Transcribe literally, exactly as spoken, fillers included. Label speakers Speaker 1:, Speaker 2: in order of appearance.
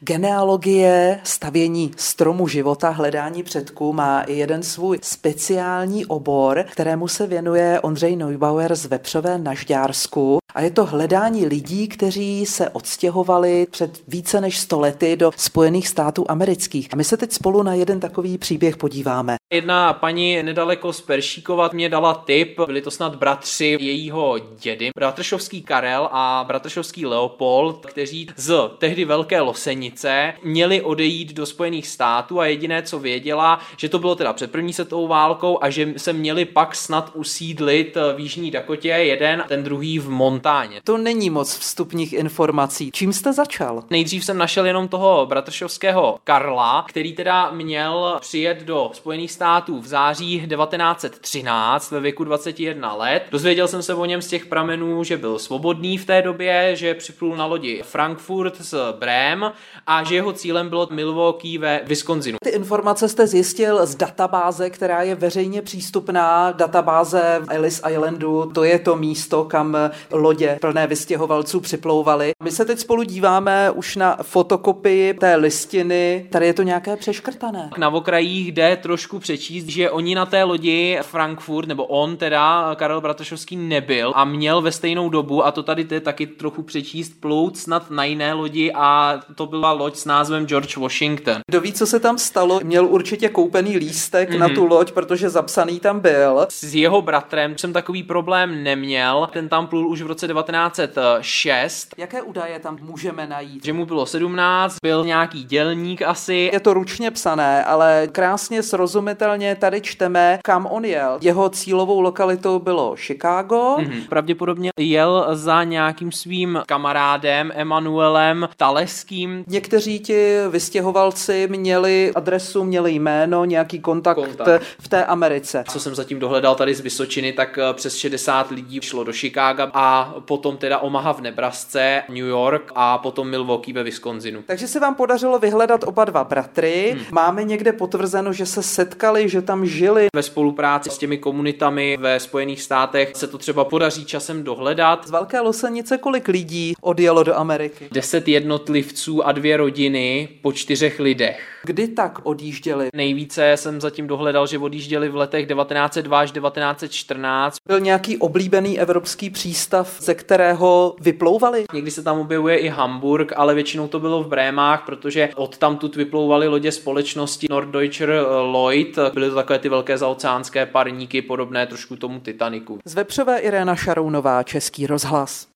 Speaker 1: Genealogie, stavění stromu života, hledání předků má i jeden svůj speciální obor, kterému se věnuje Ondřej Neubauer z Vepřové na Žďársku. A je to hledání lidí, kteří se odstěhovali před více než sto lety do Spojených států amerických. A my se teď spolu na jeden takový příběh podíváme.
Speaker 2: Jedna paní nedaleko z Peršíkova mě dala tip, byli to snad bratři jejího dědy, bratršovský Karel a bratršovský Leopold, kteří z tehdy Velké Losenice měli odejít do Spojených států a jediné, co věděla, že to bylo teda před první světovou válkou a že se měli pak snad usídlit v Jižní Dakotě, jeden, ten druhý v Montáně.
Speaker 1: To není moc vstupních informací. Čím jste začal?
Speaker 2: Nejdřív jsem našel jenom toho bratršovského Karla, který teda měl přijet do Spojených států v září devatenáct set třináct ve věku dvaceti jednoho let. Dozvěděl jsem se o něm z těch pramenů, že byl svobodný v té době, že připlul na lodi Frankfurt z Brém a že jeho cílem bylo Milwaukee ve Wisconsinu.
Speaker 1: Ty informace jste zjistil z databáze, která je veřejně přístupná, databáze Ellis Islandu, to je to místo, kam lodě plné vystěhovalců připlouvaly. My se teď spolu díváme už na fotokopii té listiny, tady je to nějaké přeškrtané.
Speaker 2: Na okrajích jde trošku přečíst, že oni na té lodi Frankfurt, nebo on teda, Karel Bratršovský, nebyl a měl ve stejnou dobu, a to tady jde taky trochu přečíst, plout snad na jiné lodi a to byla loď s názvem George Washington.
Speaker 1: Kdo ví, co se tam stalo, měl určitě koupený lístek mm-hmm. na tu loď, protože zapsaný tam byl.
Speaker 2: S jeho bratrem jsem takový problém neměl, ten tam plul už v roce devatenáct set šest.
Speaker 1: Jaké údaje tam můžeme najít?
Speaker 2: Že mu bylo sedmnáct, byl nějaký dělník asi.
Speaker 1: Je to ručně psané, ale krásně srozumitelně tady čteme, kam on jel. Jeho cílovou lokalitou bylo Chicago.
Speaker 2: Mm-hmm. Pravděpodobně jel za nějakým svým kamarádem Emanuelem Taleským.
Speaker 1: Někteří ti vystěhovalci měli adresu, měli jméno, nějaký kontakt, kontakt v té Americe.
Speaker 2: Co jsem zatím dohledal tady z Vysočiny, tak přes šedesát lidí šlo do Chicaga a potom teda Omaha v Nebrasce, New York a potom Milwaukee ve Wisconsinu.
Speaker 1: Takže se vám podařilo vyhledat oba dva bratry. Hmm. Máme někde potvrzeno, že se setkali, že tam žili.
Speaker 2: Ve spolupráci s těmi komunitami ve Spojených státech se to třeba podaří časem dohledat.
Speaker 1: Z Velké Losenice kolik lidí odjelo do Ameriky?
Speaker 2: Deset jednotlivců a dvě rodiny po čtyřech lidech.
Speaker 1: Kdy tak odjížděli?
Speaker 2: Nejvíce jsem zatím dohledal, že odjížděli v letech devatenáct set dva až devatenáct set čtrnáct.
Speaker 1: Byl nějaký oblíbený evropský přístav, ze kterého vyplouvali?
Speaker 2: Někdy se tam objevuje i Hamburg, ale většinou to bylo v Brémách, protože odtamtud vyplouvaly lodě společnosti Norddeutscher Lloyd. Byly to takové ty velké zaoceánské parníky, podobné trošku tomu Titaniku.
Speaker 1: Z Vepřové Irena Šarounová, Český rozhlas.